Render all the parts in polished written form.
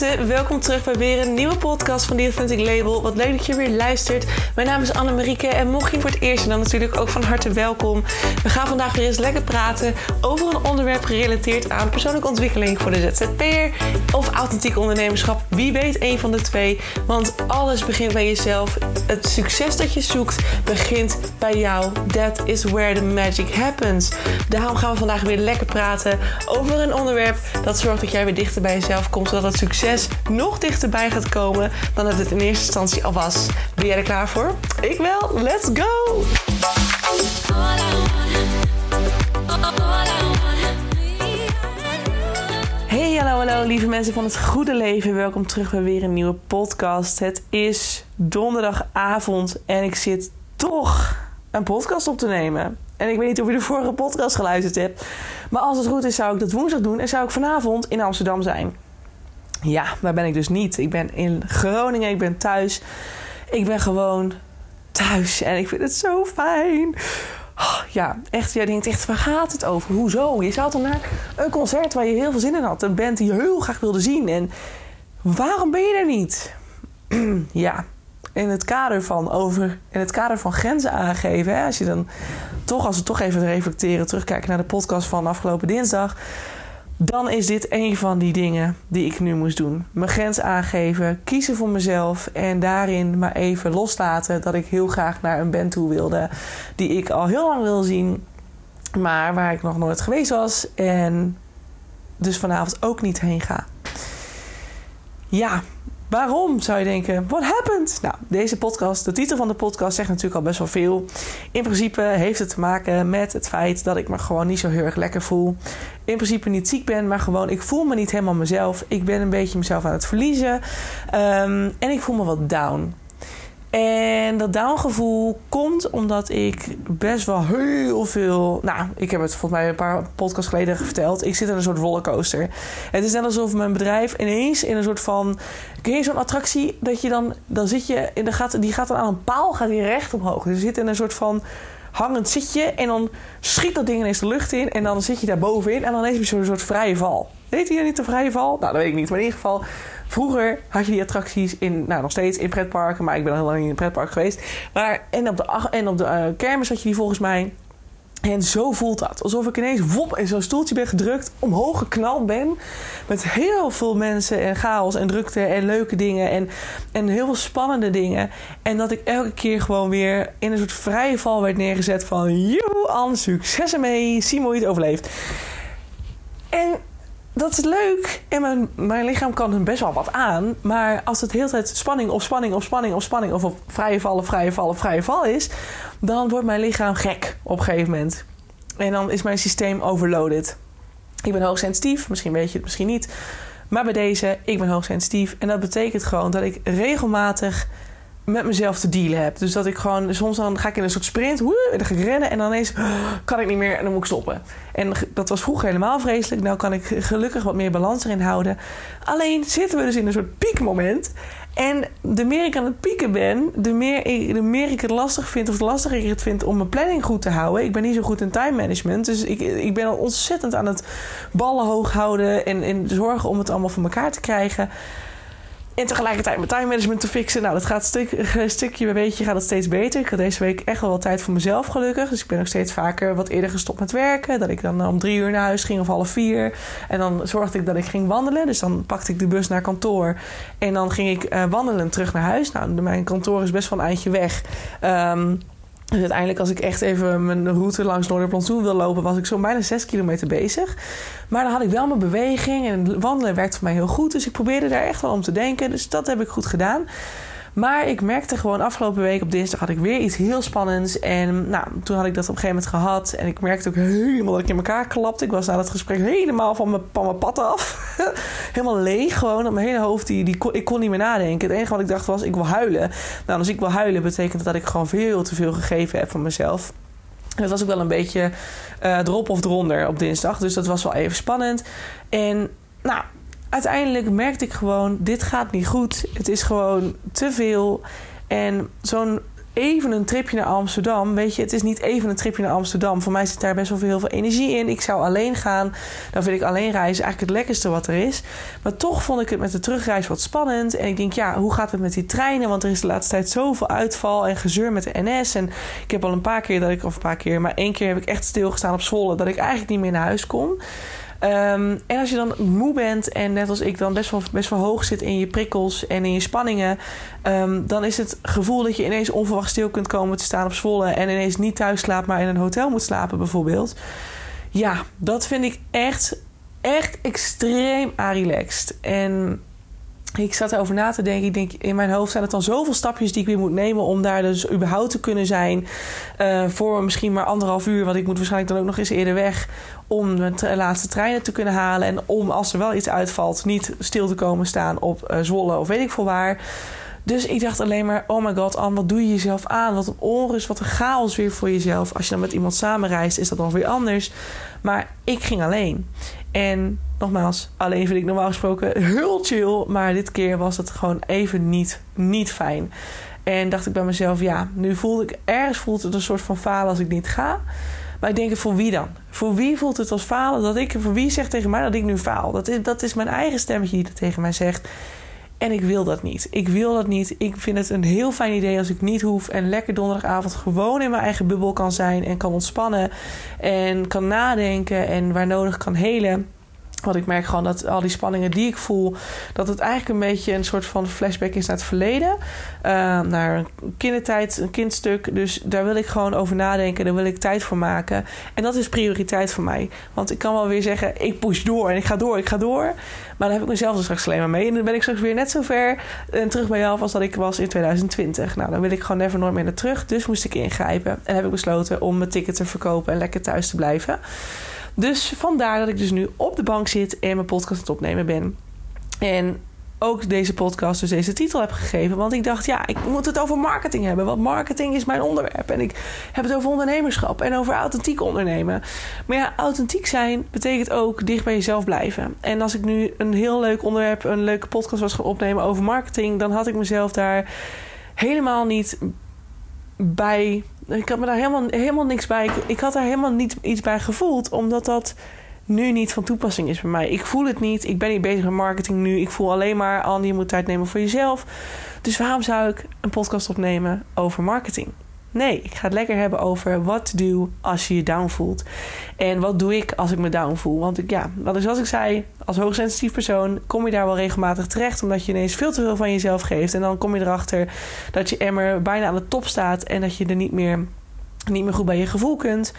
mensen, welkom terug bij weer een nieuwe podcast van The Authentic Label. Wat leuk dat je weer luistert. Mijn naam is Annemarieke en mocht je voor het eerst dan natuurlijk ook van harte welkom. We gaan vandaag weer eens lekker praten over een onderwerp gerelateerd aan persoonlijke ontwikkeling voor de ZZP'er of authentiek ondernemerschap. Wie weet een van de twee, want alles begint bij jezelf. Het succes dat je zoekt begint bij jou. That is where the magic happens. Daarom gaan we vandaag weer lekker praten over een onderwerp dat zorgt dat jij weer dichter bij jezelf komt, zodat het succes nog dichterbij gaat komen dan dat het in eerste instantie al was. Ben jij er klaar voor? Ik wel. Let's go! Hey, hallo lieve mensen van het goede leven. Welkom terug bij weer een nieuwe podcast. Het is donderdagavond en ik zit toch een podcast op te nemen. En ik weet niet of je de vorige podcast geluisterd hebt. Maar als het goed is, zou ik dat woensdag doen. En zou ik vanavond in Amsterdam zijn. Ja, daar ben ik dus niet. Ik ben in Groningen. Ik ben thuis. Ik ben gewoon thuis. En ik vind het zo fijn. Ja, echt. Jij denkt echt, waar gaat het over? Hoezo? Je zou toch naar een concert waar je heel veel zin in had. Een band die je heel graag wilde zien. En waarom ben je er niet? Ja. In het kader van grenzen aangeven. Hè? Als we toch even reflecteren, terugkijken naar de podcast van afgelopen dinsdag, dan is dit een van die dingen die ik nu moest doen. Mijn grens aangeven, kiezen voor mezelf en daarin maar even loslaten dat ik heel graag naar een band toe wilde die ik al heel lang wil zien, maar waar ik nog nooit geweest was en dus vanavond ook niet heen ga. Ja. Waarom, zou je denken? What happened? Nou, deze podcast, de titel van de podcast zegt natuurlijk al best wel veel. In principe heeft het te maken met het feit dat ik me gewoon niet zo heel erg lekker voel. In principe niet ziek ben, maar gewoon ik voel me niet helemaal mezelf. Ik ben een beetje mezelf aan het verliezen. En ik voel me wat down. En dat downgevoel komt omdat ik best wel heel veel... Nou, ik heb het volgens mij een paar podcasts geleden verteld. Ik zit in een soort rollercoaster. Het is net alsof mijn bedrijf ineens in een soort van... Ken je zo'n attractie dat je dan zit je... Die gaat dan aan een paal, gaat die recht omhoog. Dus je zit in een soort van hangend zitje en dan schiet dat ding ineens de lucht in. En dan zit je daar bovenin en dan is het een soort vrije val. Weet je niet de vrije val? Nou, dat weet ik niet. Maar in ieder geval... Vroeger had je die attracties nog steeds in pretparken. Maar ik ben al heel lang niet in een pretpark geweest. En op de kermis had je die volgens mij. En zo voelt dat. Alsof ik ineens in zo'n stoeltje ben gedrukt. Omhoog geknald ben. Met heel veel mensen en chaos en drukte en leuke dingen. En heel veel spannende dingen. En dat ik elke keer gewoon weer in een soort vrije val werd neergezet van... Joe, Anne, succes ermee. Zie hoe je het overleeft. En... Dat is leuk. En mijn lichaam kan er best wel wat aan. Maar als het de hele tijd spanning of spanning of spanning of spanning... of op vrije val is... dan wordt mijn lichaam gek op een gegeven moment. En dan is mijn systeem overloaded. Ik ben hoogsensitief. Misschien weet je het, misschien niet. Maar bij deze, ik ben hoogsensitief. En dat betekent gewoon dat ik regelmatig... met mezelf te dealen heb. Dus dat ik gewoon... Soms dan ga ik in een soort sprint. En dan ga ik rennen. En dan ineens kan ik niet meer. En dan moet ik stoppen. En dat was vroeger helemaal vreselijk. Nou kan ik gelukkig wat meer balans erin houden. Alleen zitten we dus in een soort piekmoment. En de meer ik aan het pieken ben... De meer ik het lastig vind... Of lastiger ik het vind om mijn planning goed te houden. Ik ben niet zo goed in time management. Dus ik ben al ontzettend aan het ballen hoog houden. En zorgen om het allemaal voor elkaar te krijgen. En tegelijkertijd mijn time management te fixen. Nou, dat gaat stukje bij beetje gaat het steeds beter. Ik had deze week echt wel wat tijd voor mezelf gelukkig. Dus ik ben ook steeds vaker wat eerder gestopt met werken. Dat ik dan om 3 uur naar huis ging of 3:30. En dan zorgde ik dat ik ging wandelen. Dus dan pakte ik de bus naar kantoor. En dan ging ik wandelen terug naar huis. Nou, mijn kantoor is best wel een eindje weg. Dus uiteindelijk als ik echt even mijn route langs Noorderplantsoen wil lopen... was ik zo'n bijna 6 kilometer bezig. Maar dan had ik wel mijn beweging en wandelen werkte voor mij heel goed. Dus ik probeerde daar echt wel om te denken. Dus dat heb ik goed gedaan. Maar ik merkte gewoon afgelopen week op dinsdag had ik weer iets heel spannends. En nou, toen had ik dat op een gegeven moment gehad. En ik merkte ook helemaal dat ik in elkaar klapte. Ik was na dat gesprek helemaal van mijn pad af. Helemaal leeg gewoon. Op mijn hele hoofd, ik kon niet meer nadenken. Het enige wat ik dacht was, ik wil huilen. Nou, als ik wil huilen betekent dat ik gewoon veel te veel gegeven heb van mezelf. En dat was ook wel een beetje erop of eronder op dinsdag. Dus dat was wel even spannend. En nou... Uiteindelijk merkte ik gewoon, dit gaat niet goed. Het is gewoon te veel. En even een tripje naar Amsterdam. Weet je, het is niet even een tripje naar Amsterdam. Voor mij zit daar best wel heel veel energie in. Ik zou alleen gaan. Dan vind ik alleen reizen eigenlijk het lekkerste wat er is. Maar toch vond ik het met de terugreis wat spannend. En ik denk, ja, hoe gaat het met die treinen? Want er is de laatste tijd zoveel uitval en gezeur met de NS. En ik heb al maar 1 keer heb ik echt stilgestaan op Zwolle. Dat ik eigenlijk niet meer naar huis kon. En als je dan moe bent en net als ik dan best wel hoog zit in je prikkels en in je spanningen, dan is het gevoel dat je ineens onverwacht stil kunt komen te staan op Zwolle en ineens niet thuis slaapt, maar in een hotel moet slapen bijvoorbeeld. Ja, dat vind ik echt extreem relaxed. En ik zat erover na te denken. Ik denk, in mijn hoofd zijn het dan zoveel stapjes die ik weer moet nemen om daar dus überhaupt te kunnen zijn. Voor misschien maar 1,5 uur. Want ik moet waarschijnlijk dan ook nog eens eerder weg om de laatste treinen te kunnen halen. En om, als er wel iets uitvalt, niet stil te komen staan op Zwolle of weet ik veel waar. Dus ik dacht alleen maar, oh my god, Anne, wat doe je jezelf aan? Wat een onrust, wat een chaos weer voor jezelf. Als je dan met iemand samenreist, is dat nog weer anders. Maar ik ging alleen. En nogmaals, alleen vind ik normaal gesproken heel chill. Maar dit keer was het gewoon even niet fijn. En dacht ik bij mezelf, ja, nu voelt het een soort van falen als ik niet ga. Maar ik denk, voor wie dan? Voor wie voelt het als falen? Voor wie zegt tegen mij dat ik nu faal? Dat is mijn eigen stemmetje die dat tegen mij zegt. En ik wil dat niet. Ik vind het een heel fijn idee als ik niet hoef en lekker donderdagavond gewoon in mijn eigen bubbel kan zijn en kan ontspannen en kan nadenken en waar nodig kan helen. Want ik merk gewoon dat al die spanningen die ik voel, dat het eigenlijk een beetje een soort van flashback is naar het verleden. Naar een kindertijd, een kindstuk. Dus daar wil ik gewoon over nadenken. Daar wil ik tijd voor maken. En dat is prioriteit voor mij. Want ik kan wel weer zeggen, ik push door en ik ga door. Maar dan heb ik mezelf er straks alleen maar mee. En dan ben ik straks weer net zo ver en terug bij jou als dat ik was in 2020. Nou, dan wil ik gewoon nooit meer naar terug. Dus moest ik ingrijpen. En heb ik besloten om mijn ticket te verkopen en lekker thuis te blijven. Dus vandaar dat ik dus nu op de bank zit en mijn podcast aan het opnemen ben. En ook deze podcast dus deze titel heb gegeven. Want ik dacht, ja, ik moet het over marketing hebben. Want marketing is mijn onderwerp. En ik heb het over ondernemerschap en over authentiek ondernemen. Maar ja, authentiek zijn betekent ook dicht bij jezelf blijven. En als ik nu een heel leuk onderwerp, een leuke podcast was gaan opnemen over marketing, dan had ik mezelf daar helemaal niet bij. Ik had me daar helemaal niks bij. Ik had daar helemaal niet iets bij gevoeld, omdat dat nu niet van toepassing is bij mij. Ik voel het niet. Ik ben niet bezig met marketing nu. Ik voel alleen maar, Anne, je moet tijd nemen voor jezelf. Dus waarom zou ik een podcast opnemen over marketing? Nee, ik ga het lekker hebben over wat te doen als je je down voelt. En wat doe ik als ik me down voel? Want dat is zoals ik zei, als hoogsensitief persoon kom je daar wel regelmatig terecht, omdat je ineens veel te veel van jezelf geeft. En dan kom je erachter dat je emmer bijna aan de top staat en dat je er niet meer goed bij je gevoel kunt.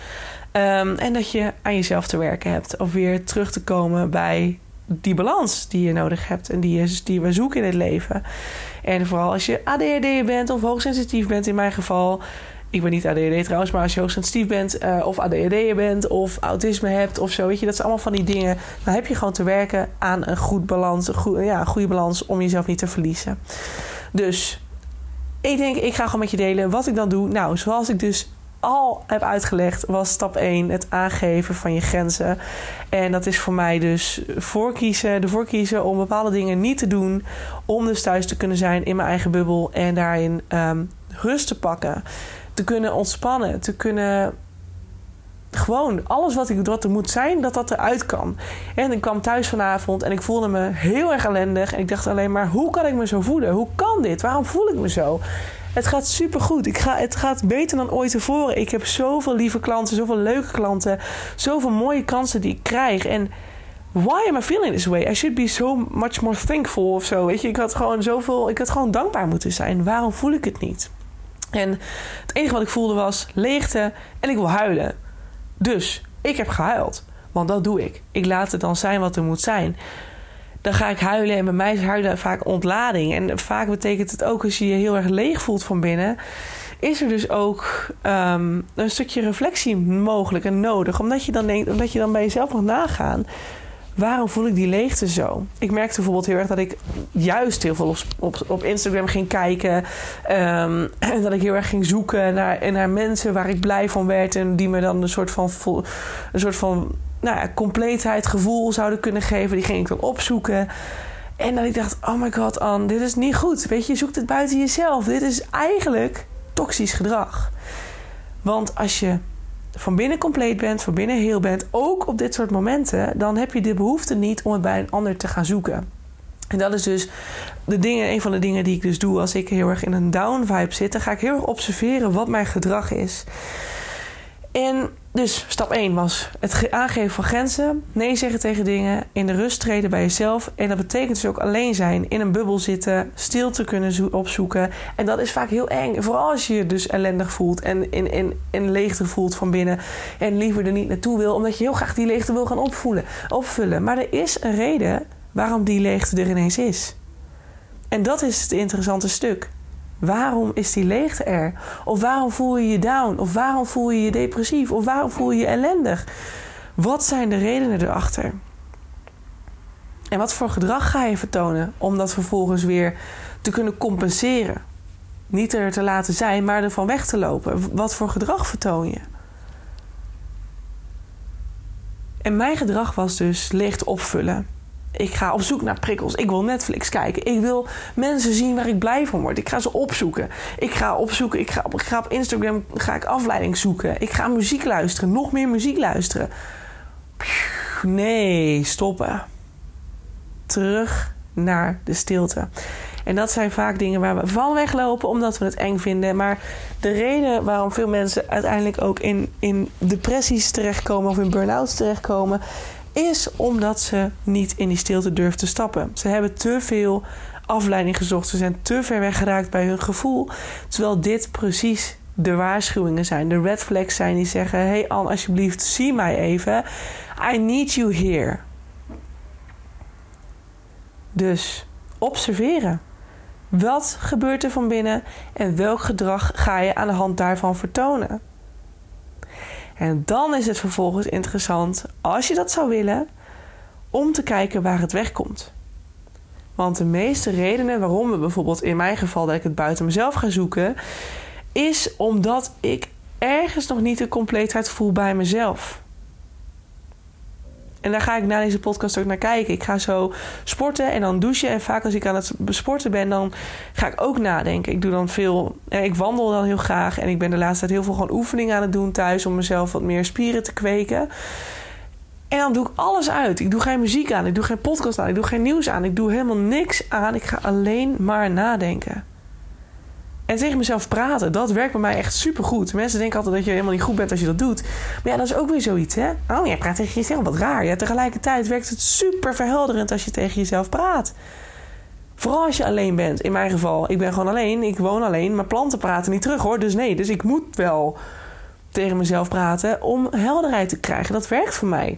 En dat je aan jezelf te werken hebt. Of weer terug te komen bij die balans die je nodig hebt. En die we zoeken in het leven. En vooral als je ADHD bent of hoogsensitief bent in mijn geval. Ik ben niet ADHD trouwens, maar als je hoogsensitief bent of ADHD bent of autisme hebt of zo. Weet je, dat zijn allemaal van die dingen. Dan heb je gewoon te werken aan een goede balans om jezelf niet te verliezen. Dus ik denk, ik ga gewoon met je delen wat ik dan doe. Nou, zoals ik dus al heb uitgelegd, was stap 1 het aangeven van je grenzen. En dat is voor mij dus ervoor kiezen om bepaalde dingen niet te doen, om dus thuis te kunnen zijn in mijn eigen bubbel en daarin rust te pakken, te kunnen ontspannen, te kunnen gewoon alles wat er moet zijn, dat eruit kan. En ik kwam thuis vanavond en ik voelde me heel erg ellendig en ik dacht alleen maar, hoe kan ik me zo voelen? Hoe kan dit? Waarom voel ik me zo? Het gaat supergoed. Het gaat beter dan ooit tevoren. Ik heb zoveel lieve klanten, zoveel leuke klanten, zoveel mooie kansen die ik krijg. En why am I feeling this way? I should be so much more thankful of zo. Weet je, ik had gewoon dankbaar moeten zijn. Waarom voel ik het niet? En het enige wat ik voelde was leegte en ik wil huilen. Dus ik heb gehuild. Want dat doe ik. Ik laat het dan zijn wat er moet zijn. Dan ga ik huilen en bij mij is huilen vaak ontlading. En vaak betekent het ook als je je heel erg leeg voelt van binnen, is er dus ook een stukje reflectie mogelijk en nodig. Omdat je dan bij jezelf mag nagaan, waarom voel ik die leegte zo? Ik merkte bijvoorbeeld heel erg dat ik juist heel veel op Instagram ging kijken. En dat ik heel erg ging zoeken naar mensen waar ik blij van werd en die me dan een soort van compleetheid, gevoel zouden kunnen geven. Die ging ik dan opzoeken. En dat ik dacht, oh my god, Anne, dit is niet goed. Weet je zoekt het buiten jezelf. Dit is eigenlijk toxisch gedrag. Want als je van binnen compleet bent, van binnen heel bent, ook op dit soort momenten, dan heb je de behoefte niet om het bij een ander te gaan zoeken. En dat is dus een van de dingen die ik dus doe als ik heel erg in een down vibe zit. Dan ga ik heel erg observeren wat mijn gedrag is. En dus stap 1 was het aangeven van grenzen. Nee zeggen tegen dingen. In de rust treden bij jezelf. En dat betekent dus ook alleen zijn. In een bubbel zitten. Stilte kunnen opzoeken. En dat is vaak heel eng. Vooral als je je dus ellendig voelt. En in leegte voelt van binnen. En liever er niet naartoe wil. Omdat je heel graag die leegte wil gaan opvullen. Maar er is een reden waarom die leegte er ineens is. En dat is het interessante stuk. Waarom is die leegte er? Of waarom voel je je down? Of waarom voel je je depressief? Of waarom voel je je ellendig? Wat zijn de redenen erachter? En wat voor gedrag ga je vertonen om dat vervolgens weer te kunnen compenseren? Niet er te laten zijn, maar ervan weg te lopen. Wat voor gedrag vertoon je? En mijn gedrag was dus leegte opvullen. Ik ga op zoek naar prikkels. Ik wil Netflix kijken. Ik wil mensen zien waar ik blij van word. Ik ga ze opzoeken. Ik ga op Instagram afleiding zoeken. Ik ga muziek luisteren. Nog meer muziek luisteren. Nee, stoppen. Terug naar de stilte. En dat zijn vaak dingen waar we van weglopen omdat we het eng vinden. Maar de reden waarom veel mensen uiteindelijk ook in depressies terechtkomen of in burn-outs terechtkomen, is omdat ze niet in die stilte durven te stappen. Ze hebben te veel afleiding gezocht. Ze zijn te ver weggeraakt bij hun gevoel. Terwijl dit precies de waarschuwingen zijn. De red flags zijn die zeggen: hey Anne, alsjeblieft, zie mij even. I need you here. Dus observeren. Wat gebeurt er van binnen en welk gedrag ga je aan de hand daarvan vertonen? En dan is het vervolgens interessant, als je dat zou willen, om te kijken waar het wegkomt. Want de meeste redenen waarom we bijvoorbeeld in mijn geval dat ik het buiten mezelf ga zoeken, is omdat ik ergens nog niet de compleetheid voel bij mezelf. En daar ga ik na deze podcast ook naar kijken. Ik ga zo sporten en dan douchen. En vaak als ik aan het sporten ben, dan ga ik ook nadenken. Ik doe dan veel. Ik wandel dan heel graag. En ik ben de laatste tijd heel veel gewoon oefeningen aan het doen thuis. Om mezelf wat meer spieren te kweken. En dan doe ik alles uit. Ik doe geen muziek aan. Ik doe geen podcast aan. Ik doe geen nieuws aan. Ik doe helemaal niks aan. Ik ga alleen maar nadenken. En tegen mezelf praten, dat werkt bij mij echt supergoed. Mensen denken altijd dat je helemaal niet goed bent als je dat doet. Maar ja, dat is ook weer zoiets, hè? Oh, jij praat tegen jezelf, wat raar. Ja, tegelijkertijd werkt het super verhelderend als je tegen jezelf praat. Vooral als je alleen bent. In mijn geval, ik ben gewoon alleen, ik woon alleen. Maar planten praten niet terug, hoor. Dus nee, ik moet wel tegen mezelf praten om helderheid te krijgen. Dat werkt voor mij.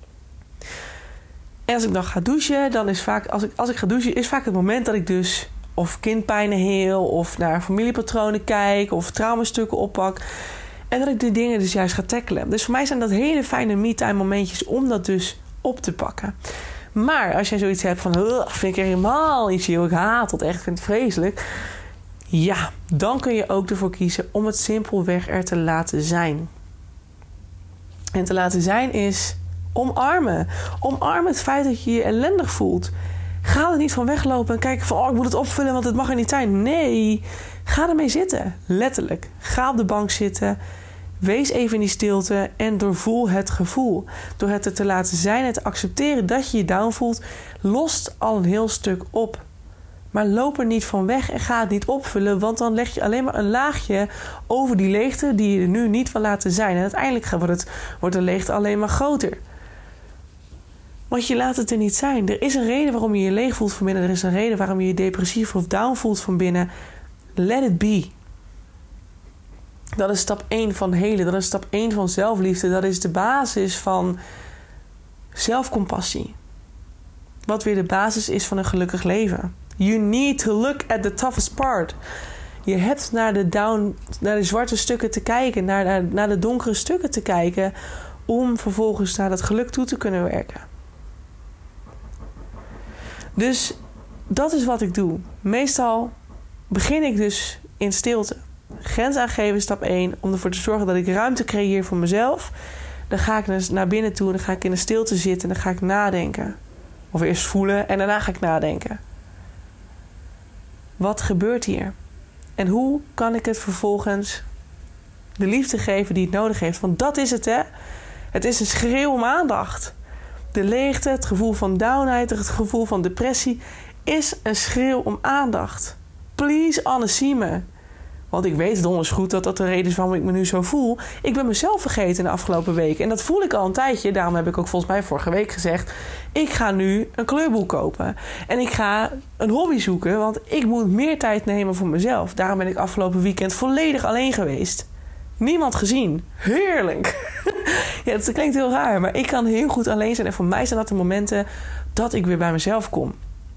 En als ik dan ga douchen, dan is vaak, als ik ga douchen, is vaak het moment dat ik dus of kindpijnen heel, of naar familiepatronen kijk, of traumastukken oppak. En dat ik die dingen dus juist ga tackelen. Dus voor mij zijn dat hele fijne me-time momentjes om dat dus op te pakken. Maar als jij zoiets hebt van, vind ik helemaal niet chill, ik haat het echt, ik vind het vreselijk. Ja, dan kun je ook ervoor kiezen om het simpelweg er te laten zijn. En te laten zijn is omarmen. Omarm het feit dat je je ellendig voelt. Ga er niet van weglopen en kijken van, ik moet het opvullen, want het mag er niet zijn. Nee, ga ermee zitten. Letterlijk. Ga op de bank zitten. Wees even in die stilte en doorvoel het gevoel. Door het er te laten zijn en te accepteren dat je je down voelt, lost al een heel stuk op. Maar loop er niet van weg en ga het niet opvullen, want dan leg je alleen maar een laagje over die leegte die je er nu niet wil laten zijn. En uiteindelijk wordt de leegte alleen maar groter. Want je laat het er niet zijn. Er is een reden waarom je je leeg voelt van binnen. Er is een reden waarom je je depressief of down voelt van binnen. Let it be. Dat is stap 1 van helen. Dat is stap 1 van zelfliefde. Dat is de basis van zelfcompassie. Wat weer de basis is van een gelukkig leven. You need to look at the toughest part. Je hebt naar de zwarte stukken te kijken. Naar de donkere stukken te kijken. Om vervolgens naar dat geluk toe te kunnen werken. Dus dat is wat ik doe. Meestal begin ik dus in stilte. Grens aangeven is stap 1. Om ervoor te zorgen dat ik ruimte creëer voor mezelf. Dan ga ik naar binnen toe. En dan ga ik in de stilte zitten. En dan ga ik nadenken. Of eerst voelen. En daarna ga ik nadenken. Wat gebeurt hier? En hoe kan ik het vervolgens de liefde geven die het nodig heeft? Want dat is het, hè. Het is een schreeuw om aandacht. De leegte, het gevoel van downheid, het gevoel van depressie is een schreeuw om aandacht. Please, Anne, zie me. Want ik weet donders goed dat dat de reden is waarom ik me nu zo voel. Ik ben mezelf vergeten de afgelopen weken. En dat voel ik al een tijdje. Daarom heb ik ook volgens mij vorige week gezegd, ik ga nu een kleurboek kopen. En ik ga een hobby zoeken. Want ik moet meer tijd nemen voor mezelf. Daarom ben ik afgelopen weekend volledig alleen geweest. Niemand gezien. Heerlijk. Ja, het klinkt heel raar. Maar ik kan heel goed alleen zijn. En voor mij zijn dat de momenten dat ik weer bij mezelf kom.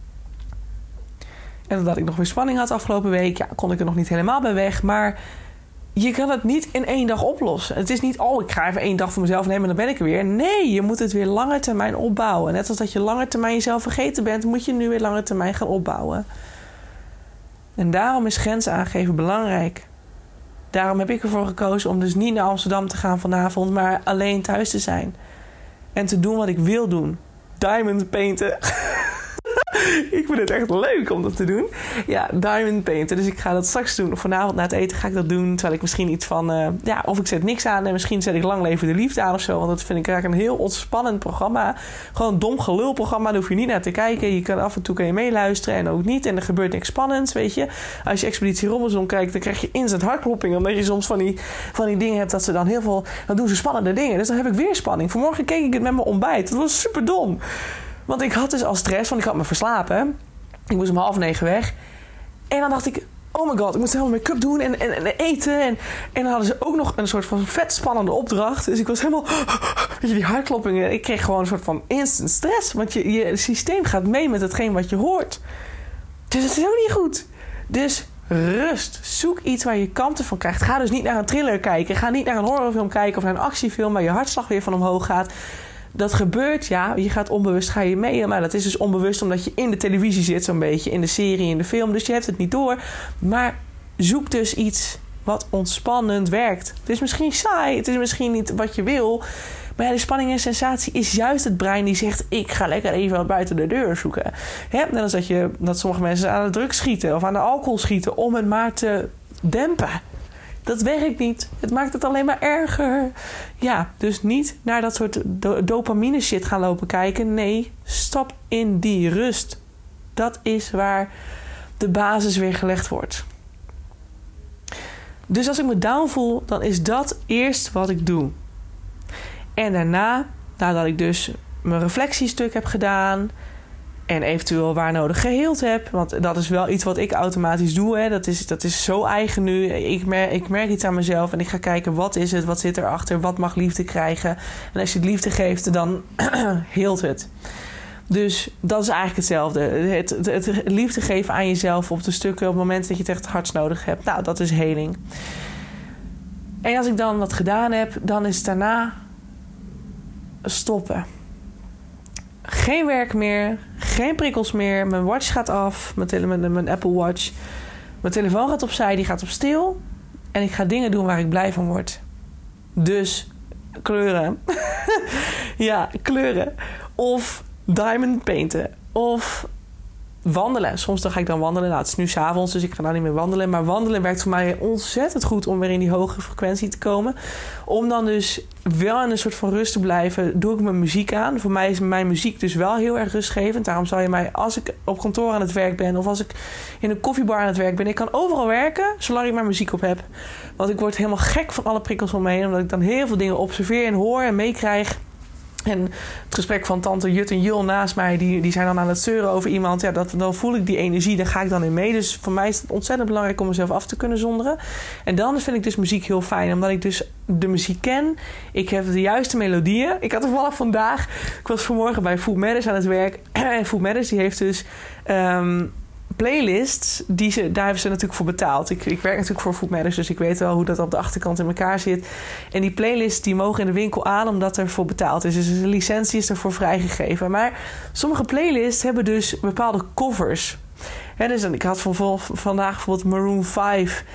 En omdat ik nog weer spanning had afgelopen week, ja, kon ik er nog niet helemaal bij weg. Maar je kan het niet in 1 dag oplossen. Het is niet, ik ga even 1 dag voor mezelf nemen en dan ben ik er weer. Nee, je moet het weer lange termijn opbouwen. Net als dat je lange termijn jezelf vergeten bent, moet je nu weer lange termijn gaan opbouwen. En daarom is grenzen aangeven belangrijk. Daarom heb ik ervoor gekozen om dus niet naar Amsterdam te gaan vanavond, maar alleen thuis te zijn. En te doen wat ik wil doen. Diamond painten. Ik vind het echt leuk om dat te doen. Ja, diamond painten. Dus ik ga dat straks doen. Of vanavond na het eten ga ik dat doen. Terwijl ik misschien iets van... of ik zet niks aan. En misschien zet ik Lang Leven de Liefde aan of zo. Want dat vind ik eigenlijk een heel ontspannend programma. Gewoon een dom gelulprogramma. Daar hoef je niet naar te kijken. Je kan af en toe meeluisteren en ook niet. En er gebeurt niks spannends, weet je. Als je Expeditie Robinson kijkt, dan krijg je instant hartklopping. Omdat je soms van die dingen hebt dat ze dan heel veel... Dan doen ze spannende dingen. Dus dan heb ik weer spanning. Vanmorgen keek ik het met mijn ontbijt. Dat was super dom. Want ik had dus al stress, want ik had me verslapen. Ik moest om 8:30 weg. En dan dacht ik, oh my god, ik moest helemaal make-up doen en eten. En dan hadden ze ook nog een soort van vet spannende opdracht. Dus ik was helemaal, weet je, die hartkloppingen. Ik kreeg gewoon een soort van instant stress. Want je systeem gaat mee met hetgeen wat je hoort. Dus het is ook niet goed. Dus rust. Zoek iets waar je kanten van krijgt. Ga dus niet naar een thriller kijken. Ga niet naar een horrorfilm kijken of naar een actiefilm waar je hartslag weer van omhoog gaat. Dat gebeurt, ja. Je gaat onbewust, ga je mee. Maar dat is dus onbewust omdat je in de televisie zit zo'n beetje. In de serie, in de film. Dus je hebt het niet door. Maar zoek dus iets wat ontspannend werkt. Het is misschien saai. Het is misschien niet wat je wil. Maar ja, de spanning en sensatie is juist het brein die zegt... ik ga lekker even wat buiten de deur zoeken. Net als dat sommige mensen aan de drugs schieten... of aan de alcohol schieten om het maar te dempen. Dat werkt niet. Het maakt het alleen maar erger. Ja, dus niet naar dat soort dopamine shit gaan lopen kijken. Nee, stap in die rust. Dat is waar de basis weer gelegd wordt. Dus als ik me down voel, dan is dat eerst wat ik doe. En daarna, nadat ik dus mijn reflectiestuk heb gedaan... en eventueel waar nodig geheeld heb. Want dat is wel iets wat ik automatisch doe. Hè. Dat is zo eigen nu. Ik merk iets aan mezelf en ik ga kijken wat is het, wat zit erachter, wat mag liefde krijgen. En als je het liefde geeft, dan heelt het. Dus dat is eigenlijk hetzelfde. Het liefde geven aan jezelf op de stukken op het moment dat je het echt hard nodig hebt. Nou, dat is heling. En als ik dan dat gedaan heb, dan is het daarna stoppen. Geen werk meer, geen prikkels meer. Mijn watch gaat af, mijn Apple Watch. Mijn telefoon gaat opzij, die gaat op stil. En ik ga dingen doen waar ik blij van word. Dus kleuren. Ja, kleuren. Of diamond painten. Of wandelen. Soms dan ga ik dan wandelen. Nou, het is nu 's avonds, dus ik ga nou niet meer wandelen. Maar wandelen werkt voor mij ontzettend goed om weer in die hoge frequentie te komen. Om dan dus wel in een soort van rust te blijven, doe ik mijn muziek aan. Voor mij is mijn muziek dus wel heel erg rustgevend. Daarom zal je mij, als ik op kantoor aan het werk ben of als ik in een koffiebar aan het werk ben, ik kan overal werken, zolang ik maar muziek op heb. Want ik word helemaal gek van alle prikkels om me heen, omdat ik dan heel veel dingen observeer en hoor en meekrijg. En het gesprek van tante Jut en Jul naast mij, die zijn dan aan het zeuren over iemand. Ja, dan voel ik die energie, daar ga ik dan in mee. Dus voor mij is het ontzettend belangrijk om mezelf af te kunnen zonderen. En dan vind ik dus muziek heel fijn, omdat ik dus de muziek ken. Ik heb de juiste melodieën. Ik had toevallig vandaag, ik was vanmorgen bij Food Matters aan het werk. En Food Matters die heeft dus playlists, daar hebben ze natuurlijk voor betaald. Ik werk natuurlijk voor Food Matters, dus ik weet wel hoe dat op de achterkant in elkaar zit. En die playlists die mogen in de winkel aan omdat er voor betaald is. Dus de licentie is ervoor vrijgegeven. Maar sommige playlists hebben dus bepaalde covers. Dus ik had vandaag bijvoorbeeld Maroon 5.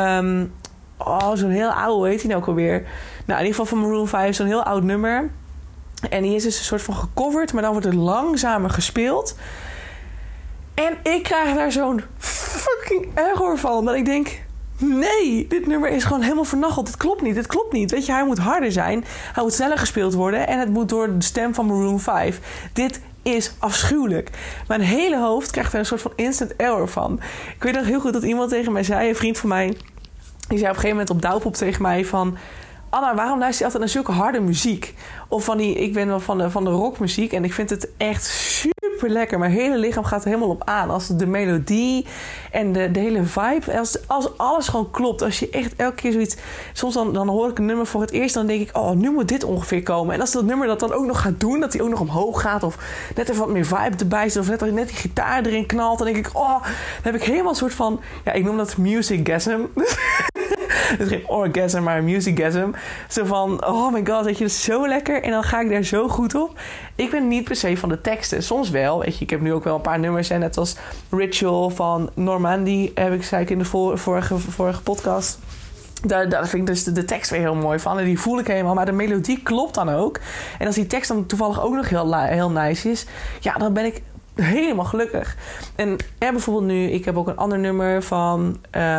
Zo'n heel oude, hoe heet die nou ook alweer? Nou, in ieder geval van Maroon 5, zo'n heel oud nummer. En die is dus een soort van gecoverd, maar dan wordt het langzamer gespeeld. En ik krijg daar zo'n fucking error van. Dat ik denk, nee, dit nummer is gewoon helemaal vernacheld. Dit klopt niet. Weet je, hij moet harder zijn. Hij moet sneller gespeeld worden. En het moet door de stem van Maroon 5. Dit is afschuwelijk. Mijn hele hoofd krijgt er een soort van instant error van. Ik weet nog heel goed dat iemand tegen mij zei, een vriend van mij, die zei op een gegeven moment op Douwpop tegen mij van, Anna, waarom luister je altijd naar zulke harde muziek? Of ik ben wel van de rockmuziek en ik vind het echt super lekker. Mijn hele lichaam gaat er helemaal op aan. Als de melodie en de hele vibe, als alles gewoon klopt. Als je echt elke keer zoiets, soms dan hoor ik een nummer voor het eerst, dan denk ik, oh, nu moet dit ongeveer komen. En als dat nummer dat dan ook nog gaat doen, dat hij ook nog omhoog gaat, of net even wat meer vibe erbij zit, of net die gitaar erin knalt, dan denk ik, oh, dan heb ik helemaal een soort van, ja, ik noem dat musicgasm. Dus geen orgasm, maar musicgasm. Zo van, oh my god, weet je, dat is zo lekker. En dan ga ik daar zo goed op. Ik ben niet per se van de teksten. Soms wel, weet je. Ik heb nu ook wel een paar nummers. En net als Ritual van Normandy zei ik in de vorige podcast. Daar vind ik dus de tekst weer heel mooi van. En die voel ik helemaal. Maar de melodie klopt dan ook. En als die tekst dan toevallig ook nog heel nice is, ja, dan ben ik helemaal gelukkig. En bijvoorbeeld nu, ik heb ook een ander nummer van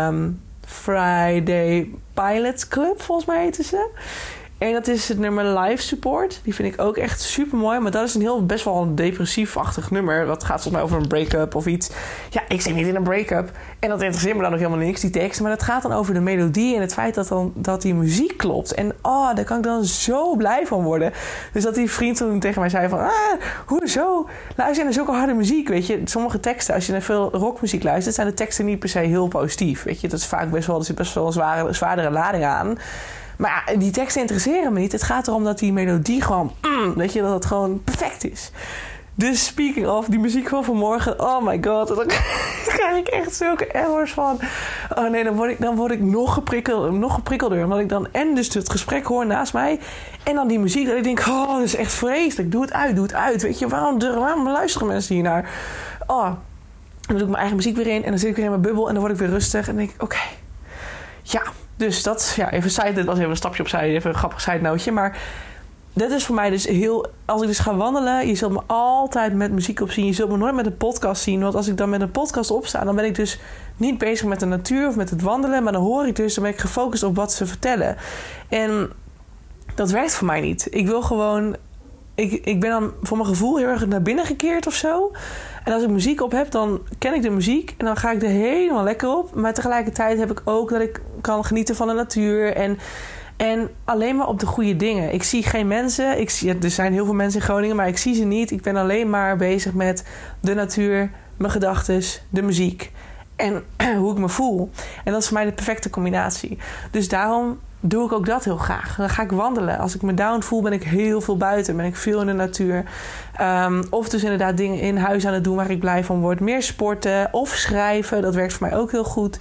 Friday Pilots Club, volgens mij heten ze. En dat is het nummer Life Support. Die vind ik ook echt super mooi. Maar dat is best wel een depressief-achtig nummer. Dat gaat volgens mij over een break-up of iets. Ja, ik zit niet in een break-up. En dat interesseert me dan nog helemaal niks, die tekst. Maar het gaat dan over de melodie en het feit dat die muziek klopt. En daar kan ik dan zo blij van worden. Dus dat die vriend toen tegen mij zei van, hoezo? Luister je naar zulke harde muziek, weet je. Sommige teksten, als je naar veel rockmuziek luistert, zijn de teksten niet per se heel positief. Weet je, dat is vaak er zit best wel een zwaardere lading aan. Maar ja, die teksten interesseren me niet. Het gaat erom dat die melodie gewoon, weet je, dat het gewoon perfect is. Dus speaking of, die muziek van vanmorgen, oh my god, dan krijg ik echt zulke errors van. Oh nee, dan word ik nog geprikkelder. Omdat ik dan en dus het gesprek hoor naast mij en dan die muziek. Dat ik denk, oh, dat is echt vreselijk. Doe het uit. Weet je, waarom luisteren mensen hier naar? Oh, dan doe ik mijn eigen muziek weer in en dan zit ik weer in mijn bubbel en dan word ik weer rustig. En dan denk ik, oké. Ja, dus dat, ja, dit was even een stapje opzij, even een grappig side-nootje. Maar dat is voor mij dus heel, als ik dus ga wandelen, je zult me altijd met muziek op zien. Je zult me nooit met een podcast zien. Want als ik dan met een podcast opsta, dan ben ik dus niet bezig met de natuur of met het wandelen. Maar dan hoor ik dus, dan ben ik gefocust op wat ze vertellen. En dat werkt voor mij niet. Ik wil gewoon, ik ben dan voor mijn gevoel heel erg naar binnen gekeerd of zo. En als ik muziek op heb, dan ken ik de muziek en dan ga ik er helemaal lekker op. Maar tegelijkertijd heb ik ook dat ik kan genieten van de natuur en alleen maar op de goede dingen. Ik zie geen mensen. Er zijn heel veel mensen in Groningen, maar ik zie ze niet. Ik ben alleen maar bezig met de natuur, mijn gedachten, de muziek en hoe ik me voel. En dat is voor mij de perfecte combinatie. Dus daarom doe ik ook dat heel graag. Dan ga ik wandelen. Als ik me down voel, ben ik heel veel buiten. Ben ik veel in de natuur. Of dus inderdaad dingen in huis aan het doen waar ik blij van word. Meer sporten of schrijven. Dat werkt voor mij ook heel goed.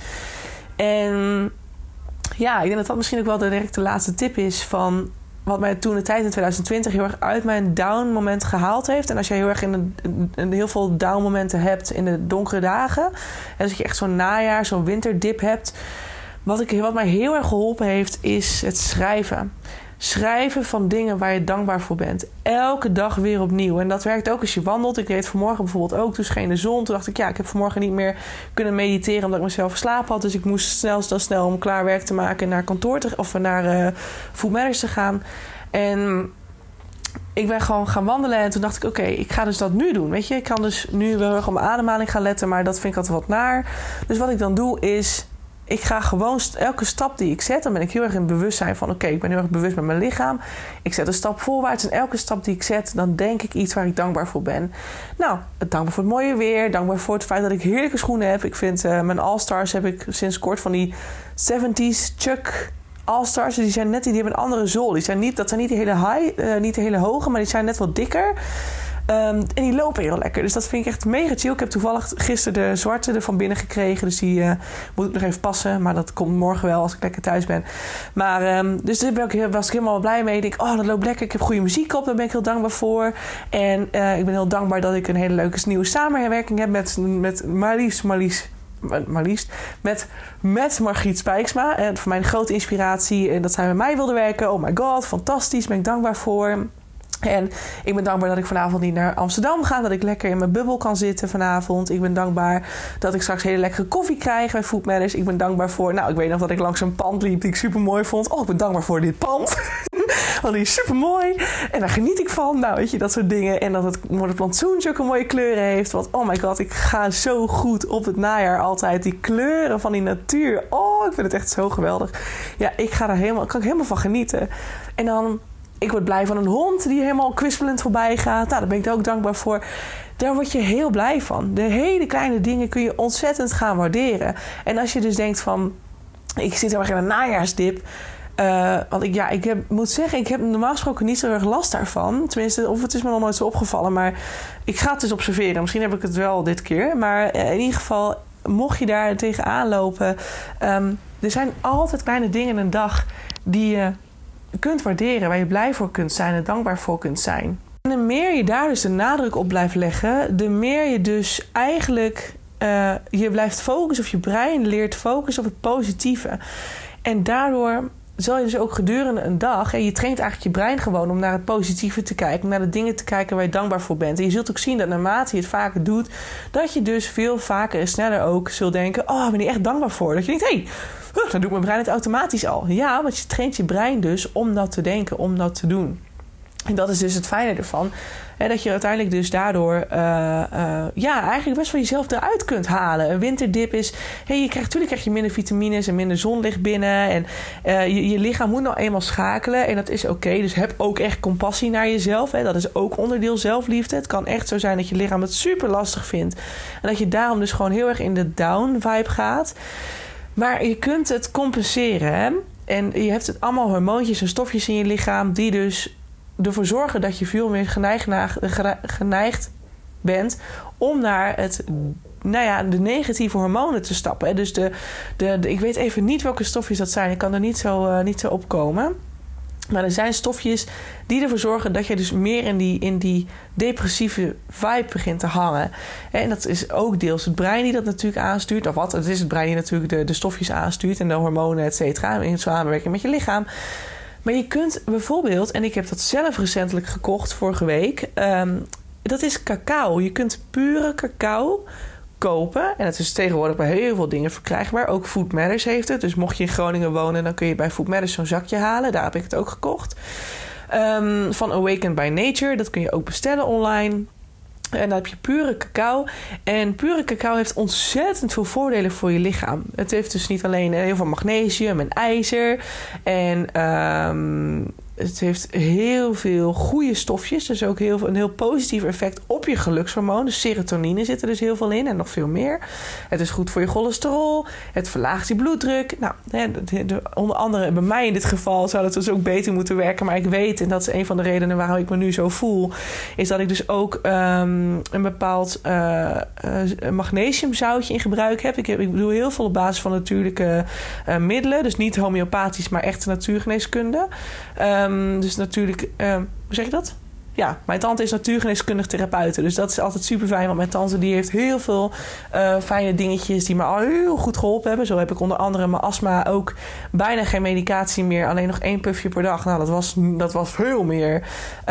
En ja, ik denk dat dat misschien ook wel direct de laatste tip is van wat mij toen de tijd in 2020 heel erg uit mijn down moment gehaald heeft. En als je heel erg in heel veel down momenten hebt in de donkere dagen. En als je echt zo'n najaar, zo'n winterdip hebt. Wat mij heel erg geholpen heeft, is het schrijven. Schrijven van dingen waar je dankbaar voor bent. Elke dag weer opnieuw. En dat werkt ook als je wandelt. Ik deed het vanmorgen bijvoorbeeld ook. Toen scheen de zon. Toen dacht ik, ik heb vanmorgen niet meer kunnen mediteren omdat ik mezelf verslapen had. Dus ik moest snel om klaar werk te maken naar kantoor of naar Food Matters te gaan. En ik ben gewoon gaan wandelen en toen dacht ik, oké, ik ga dus dat nu doen. Weet je, ik kan dus nu wel erg op mijn ademhaling gaan letten, maar dat vind ik altijd wat naar. Dus wat ik dan doe is, ik ga gewoon elke stap die ik zet, dan ben ik heel erg in het bewustzijn van, oké, ik ben heel erg bewust met mijn lichaam. Ik zet een stap voorwaarts en elke stap die ik zet, dan denk ik iets waar ik dankbaar voor ben. Nou, dankbaar voor het mooie weer, dankbaar voor het feit dat ik heerlijke schoenen heb. Ik vind mijn All-Stars heb ik sinds kort van die 70s Chuck All-Stars. Die hebben een andere zool. Dat zijn niet die hele niet de hele hoge, maar die zijn net wat dikker. En die lopen heel lekker. Dus dat vind ik echt mega chill. Ik heb toevallig gisteren de zwarte er van binnen gekregen. Dus die moet ik nog even passen. Maar dat komt morgen wel als ik lekker thuis ben. Maar dus daar was ik helemaal blij mee. Ik denk, dat loopt lekker. Ik heb goede muziek op. Daar ben ik heel dankbaar voor. En ik ben heel dankbaar dat ik een hele leuke nieuwe samenwerking heb met met Margriet Spijksma. En voor mij een grote inspiratie. En dat zij met mij wilde werken. Oh my god, fantastisch. Ben ik dankbaar voor. En ik ben dankbaar dat ik vanavond niet naar Amsterdam ga. Dat ik lekker in mijn bubbel kan zitten vanavond. Ik ben dankbaar dat ik straks hele lekkere koffie krijg bij Food Matters. Ik ben dankbaar voor... ik weet nog dat ik langs een pand liep die ik super mooi vond. Ik ben dankbaar voor dit pand. Want die is super mooi. En daar geniet ik van. Weet je, dat soort dingen. En dat het plantsoen zulke mooie kleuren heeft. Want oh my god, ik ga zo goed op het najaar altijd. Die kleuren van die natuur. Oh, ik vind het echt zo geweldig. Ja, kan ik helemaal van genieten. En dan... Ik word blij van een hond die helemaal kwispelend voorbij gaat. Daar ben ik er ook dankbaar voor. Daar word je heel blij van. De hele kleine dingen kun je ontzettend gaan waarderen. En als je dus denkt van... Ik zit heel erg in een najaarsdip. Want moet zeggen, ik heb normaal gesproken niet zo erg last daarvan. Tenminste, of het is me nog nooit zo opgevallen. Maar ik ga het dus observeren. Misschien heb ik het wel dit keer. Maar in ieder geval, mocht je daar tegenaan lopen... er zijn altijd kleine dingen in een dag die je... kunt waarderen, waar je blij voor kunt zijn en dankbaar voor kunt zijn. En de meer je daar dus de nadruk op blijft leggen, de meer je dus eigenlijk je blijft focussen, of je brein leert focussen op het positieve. En daardoor zal je dus ook gedurende een dag... en je traint eigenlijk je brein gewoon om naar het positieve te kijken... naar de dingen te kijken waar je dankbaar voor bent. En je zult ook zien dat naarmate je het vaker doet... dat je dus veel vaker en sneller ook zult denken... oh, ik ben hier echt dankbaar voor. Dat je denkt, dan doet mijn brein het automatisch al. Ja, want je traint je brein dus om dat te denken, om dat te doen. En dat is dus het fijne ervan. Hè, dat je uiteindelijk dus daardoor eigenlijk best wel jezelf eruit kunt halen. Een winterdip is... Natuurlijk krijg je minder vitamines en minder zonlicht binnen. En je lichaam moet nou eenmaal schakelen. En dat is oké. Dus heb ook echt compassie naar jezelf. Hè. Dat is ook onderdeel zelfliefde. Het kan echt zo zijn dat je lichaam het super lastig vindt. En dat je daarom dus gewoon heel erg in de down vibe gaat. Maar je kunt het compenseren. Hè? En je hebt het allemaal hormoontjes en stofjes in je lichaam... die dus ervoor zorgen dat je veel meer geneigd bent... om naar de negatieve hormonen te stappen. Hè? Dus ik weet even niet welke stofjes dat zijn. Ik kan er niet zo op komen. Maar er zijn stofjes die ervoor zorgen dat je dus meer in die depressieve vibe begint te hangen. En dat is ook deels het brein die dat natuurlijk aanstuurt. Of wat? Het is het brein die natuurlijk de stofjes aanstuurt en de hormonen, et cetera, in samenwerking met je lichaam. Maar je kunt bijvoorbeeld, en ik heb dat zelf recentelijk gekocht vorige week, dat is cacao. Je kunt pure cacao kopen. En het is tegenwoordig bij heel veel dingen verkrijgbaar. Ook Food Matters heeft het. Dus mocht je in Groningen wonen, dan kun je bij Food Matters zo'n zakje halen. Daar heb ik het ook gekocht. Van Awakened by Nature. Dat kun je ook bestellen online. En dan heb je pure cacao. En pure cacao heeft ontzettend veel voordelen voor je lichaam. Het heeft dus niet alleen heel veel magnesium en ijzer. En het heeft heel veel goede stofjes. Dus ook een heel positief effect op je gelukshormoon. Dus serotonine zit er dus heel veel in en nog veel meer. Het is goed voor je cholesterol. Het verlaagt je bloeddruk. Nou, onder andere bij mij in dit geval zou het dus ook beter moeten werken. Maar ik weet, en dat is een van de redenen waarom ik me nu zo voel, is dat ik dus ook een bepaald magnesiumzoutje in gebruik heb. Ik doe heel veel op basis van natuurlijke middelen. Dus niet homeopathisch, maar echt natuurgeneeskunde. Dus natuurlijk, hoe zeg je dat? Ja, mijn tante is natuurgeneeskundig therapeute. Dus dat is altijd super fijn. Want mijn tante die heeft heel veel fijne dingetjes die me al heel goed geholpen hebben. Zo heb ik onder andere mijn astma ook bijna geen medicatie meer. Alleen nog 1 puffje per dag. Nou, dat was veel meer.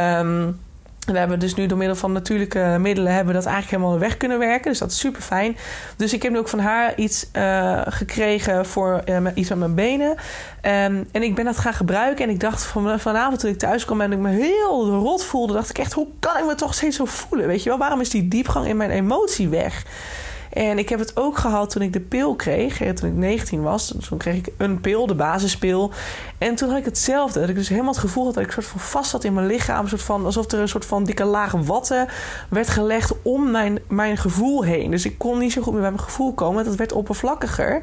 We hebben dus nu door middel van natuurlijke middelen hebben we dat eigenlijk helemaal weg kunnen werken. Dus dat is super fijn. Dus ik heb nu ook van haar iets gekregen voor iets met mijn benen. En ik ben dat gaan gebruiken. En ik dacht vanavond toen ik thuis kwam en ik me heel rot voelde, dacht ik echt, hoe kan ik me toch steeds zo voelen? Weet je wel, waarom is die diepgang in mijn emotie weg? En ik heb het ook gehad toen ik de pil kreeg. Toen ik 19 was. Toen kreeg ik een pil, de basispil. En toen had ik hetzelfde. Dat ik dus helemaal het gevoel had dat ik soort van vast zat in mijn lichaam. Alsof er een soort van dikke laag watten werd gelegd om mijn gevoel heen. Dus ik kon niet zo goed meer bij mijn gevoel komen. Dat werd oppervlakkiger.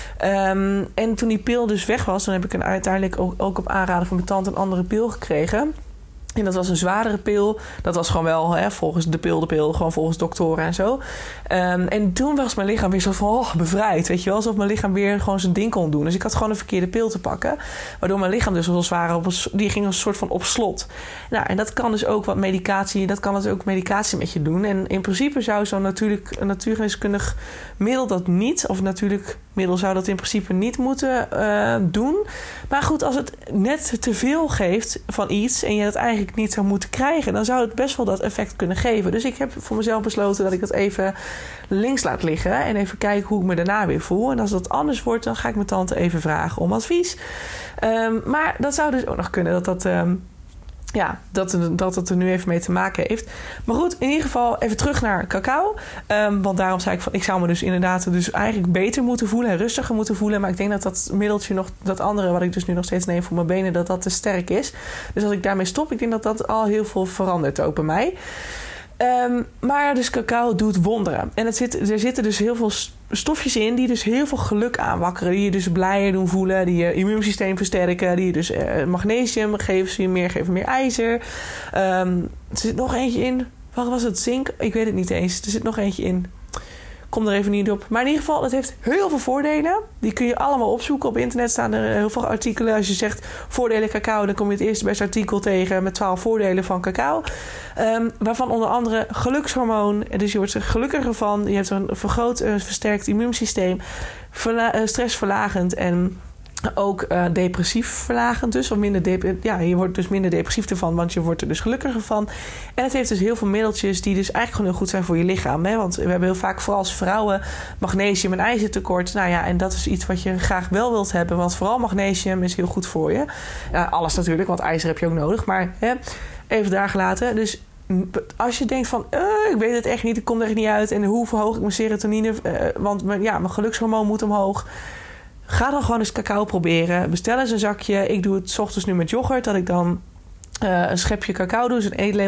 En toen die pil dus weg was, dan heb ik uiteindelijk ook op aanraden van mijn tante een andere pil gekregen. En dat was een zwaardere pil. Dat was gewoon wel volgens de pil, gewoon volgens doktoren en zo. En toen was mijn lichaam weer zo van bevrijd. Weet je wel, alsof mijn lichaam weer gewoon zijn ding kon doen. Dus ik had gewoon een verkeerde pil te pakken. Waardoor mijn lichaam dus als het ware die ging een soort van op slot. Nou, en dat kan dus ook medicatie met je doen. En in principe zou zo'n natuurgeneeskundig middel dat niet, of natuurlijk middel zou dat in principe niet moeten doen. Maar goed, als het net te veel geeft van iets en je dat eigenlijk eigenlijk niet zou moeten krijgen, dan zou het best wel dat effect kunnen geven. Dus ik heb voor mezelf besloten dat ik dat even links laat liggen en even kijken hoe ik me daarna weer voel. En als dat anders wordt, dan ga ik mijn tante even vragen om advies. Maar dat zou dus ook nog kunnen dat het er nu even mee te maken heeft. Maar goed, in ieder geval even terug naar cacao. Want daarom zei ik van, ik zou me dus inderdaad dus eigenlijk beter moeten voelen en rustiger moeten voelen. Maar ik denk dat middeltje nog, dat andere wat ik dus nu nog steeds neem voor mijn benen, dat te sterk is. Dus als ik daarmee stop, ik denk dat al heel veel verandert ook bij mij. Maar dus cacao doet wonderen. En er zitten dus heel veel stofjes in die dus heel veel geluk aanwakkeren. Die je dus blijer doen voelen. Die je immuunsysteem versterken. Die je dus magnesium geven meer ijzer. Er zit nog eentje in. Wat was het? Zink? Ik weet het niet eens. Er zit nog eentje in. Kom er even niet op. Maar in ieder geval, het heeft heel veel voordelen. Die kun je allemaal opzoeken. Op internet staan er heel veel artikelen. Als je zegt voordelen cacao, dan kom je het eerste beste artikel tegen met 12 voordelen van cacao. Waarvan onder andere gelukshormoon. Dus je wordt er gelukkiger van. Je hebt een versterkt immuunsysteem. Stressverlagend en ook depressief verlagend dus. Of je wordt dus minder depressief ervan, want je wordt er dus gelukkiger van. En het heeft dus heel veel middeltjes die dus eigenlijk gewoon heel goed zijn voor je lichaam. Hè? Want we hebben heel vaak, vooral als vrouwen, magnesium en ijzertekort. Nou ja, en dat is iets wat je graag wel wilt hebben. Want vooral magnesium is heel goed voor je. Alles natuurlijk, want ijzer heb je ook nodig. Maar even daar gelaten. Dus als je denkt van, ik weet het echt niet, ik kom er echt niet uit. En hoe verhoog ik mijn serotonine? Want mijn gelukshormoon moet omhoog. Ga dan gewoon eens cacao proberen. Bestel eens een zakje. Ik doe het 's ochtends nu met yoghurt. Dat ik dan een schepje cacao doe. Dus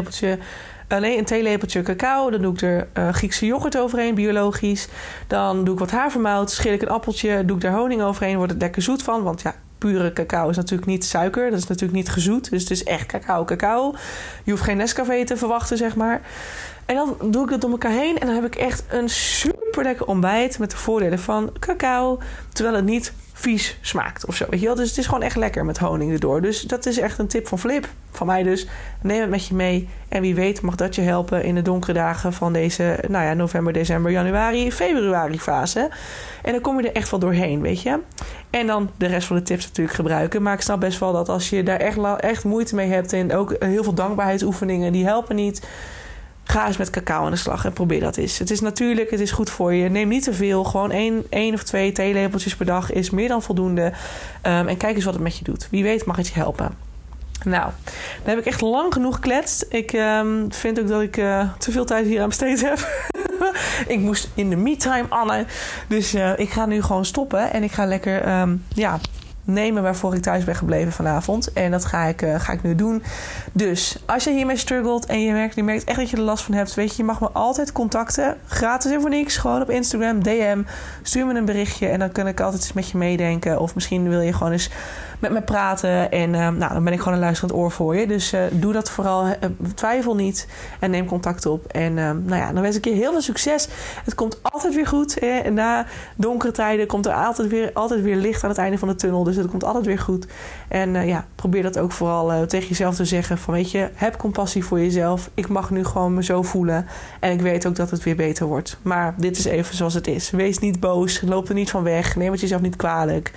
een theelepeltje cacao. Dan doe ik er Griekse yoghurt overheen, biologisch. Dan doe ik wat havermout. Schil ik een appeltje. Doe ik daar honing overheen. Wordt het lekker zoet van. Want ja, pure cacao is natuurlijk niet suiker. Dat is natuurlijk niet gezoet. Dus het is echt cacao. Je hoeft geen Nescafé te verwachten, zeg maar. En dan doe ik het door elkaar heen. En dan heb ik echt een super lekker ontbijt met de voordelen van cacao. Terwijl het niet vies smaakt of zo. Weet je wel? Dus het is gewoon echt lekker met honing erdoor. Dus dat is echt een tip van Flip. Van mij dus. Neem het met je mee. En wie weet mag dat je helpen in de donkere dagen van deze november, december, januari, februari fase. En dan kom je er echt wel doorheen, weet je. En dan de rest van de tips natuurlijk gebruiken. Maar ik snap best wel dat als je daar echt moeite mee hebt en ook heel veel dankbaarheidsoefeningen, die helpen niet. Ga eens met cacao aan de slag en probeer dat eens. Het is natuurlijk, het is goed voor je. Neem niet te veel. Gewoon 1 of 2 theelepeltjes per dag is meer dan voldoende. En kijk eens wat het met je doet. Wie weet mag het je helpen. Nou, dan heb ik echt lang genoeg gekletst. Ik vind ook dat ik te veel tijd hier aan besteed heb. Ik moest in de me-time, Anne. Dus ik ga nu gewoon stoppen. En ik ga lekker nemen waarvoor ik thuis ben gebleven vanavond. En dat ga ik nu doen. Dus als je hiermee struggelt en je merkt echt dat je er last van hebt, weet je mag me altijd contacten. Gratis en voor niks. Gewoon op Instagram, DM. Stuur me een berichtje en dan kan ik altijd eens met je meedenken. Of misschien wil je gewoon eens met me praten. En dan ben ik gewoon een luisterend oor voor je. Dus doe dat vooral. Twijfel niet. En neem contact op. En dan wens ik je heel veel succes. Het komt altijd weer goed. En na donkere tijden komt er altijd weer licht aan het einde van de tunnel. Dus het komt altijd weer goed. En probeer dat ook vooral tegen jezelf te zeggen. Van weet je, heb compassie voor jezelf. Ik mag nu gewoon me zo voelen. En ik weet ook dat het weer beter wordt. Maar dit is even zoals het is. Wees niet boos. Loop er niet van weg. Neem het jezelf niet kwalijk.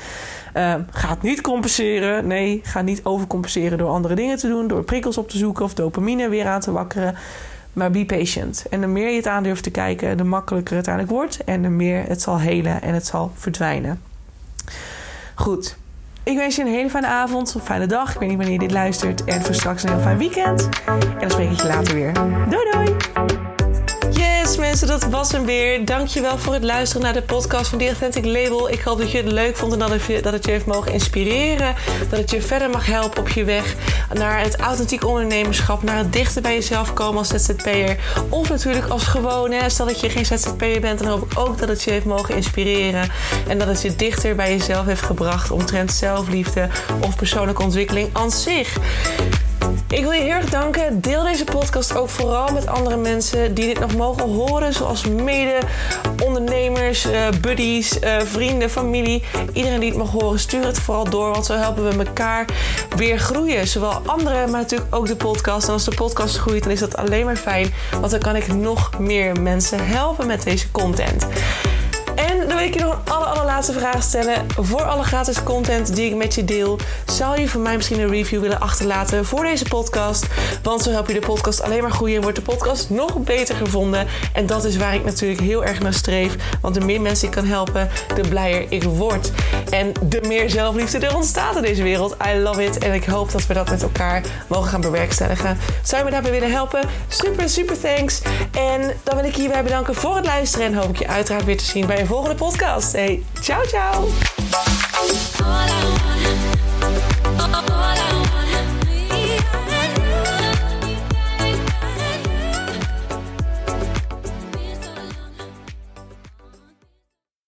Ga het niet compenseren. Nee, ga niet overcompenseren door andere dingen te doen. Door prikkels op te zoeken of dopamine weer aan te wakkeren. Maar be patient. En de meer je het aan durft te kijken, de makkelijker het uiteindelijk wordt. En de meer het zal helen en het zal verdwijnen. Goed. Ik wens je een hele fijne avond, een fijne dag. Ik weet niet wanneer je dit luistert. En voor straks een heel fijn weekend. En dan spreek ik je later weer. Doei doei! Yes mensen, dat was hem weer. Dankjewel voor het luisteren naar de podcast van The Authentic Label. Ik hoop dat je het leuk vond en dat het je heeft mogen inspireren. Dat het je verder mag helpen op je weg naar het authentiek ondernemerschap. Naar het dichter bij jezelf komen als ZZP'er. Of natuurlijk als gewoon. Stel dat je geen ZZP'er bent, dan hoop ik ook dat het je heeft mogen inspireren. En dat het je dichter bij jezelf heeft gebracht omtrent zelfliefde of persoonlijke ontwikkeling aan zich. Ik wil je heel erg danken. Deel deze podcast ook vooral met andere mensen die dit nog mogen horen. Zoals mede-ondernemers, buddies, vrienden, familie. Iedereen die het mag horen, stuur het vooral door. Want zo helpen we elkaar weer groeien. Zowel anderen, maar natuurlijk ook de podcast. En als de podcast groeit, dan is dat alleen maar fijn. Want dan kan ik nog meer mensen helpen met deze content. En dan wil ik je nog een allerlaatste vraag stellen. Voor alle gratis content die ik met je deel, zou je van mij misschien een review willen achterlaten voor deze podcast? Want zo help je de podcast alleen maar groeien en wordt de podcast nog beter gevonden. En dat is waar ik natuurlijk heel erg naar streef. Want de meer mensen ik kan helpen, de blijer ik word. En de meer zelfliefde er ontstaat in deze wereld. I love it. En ik hoop dat we dat met elkaar mogen gaan bewerkstelligen. Zou je me daarbij willen helpen? Super thanks. En dan wil ik je hierbij bedanken voor het luisteren. En hoop ik je uiteraard weer te zien bij een volgende podcast. Hey, ciao.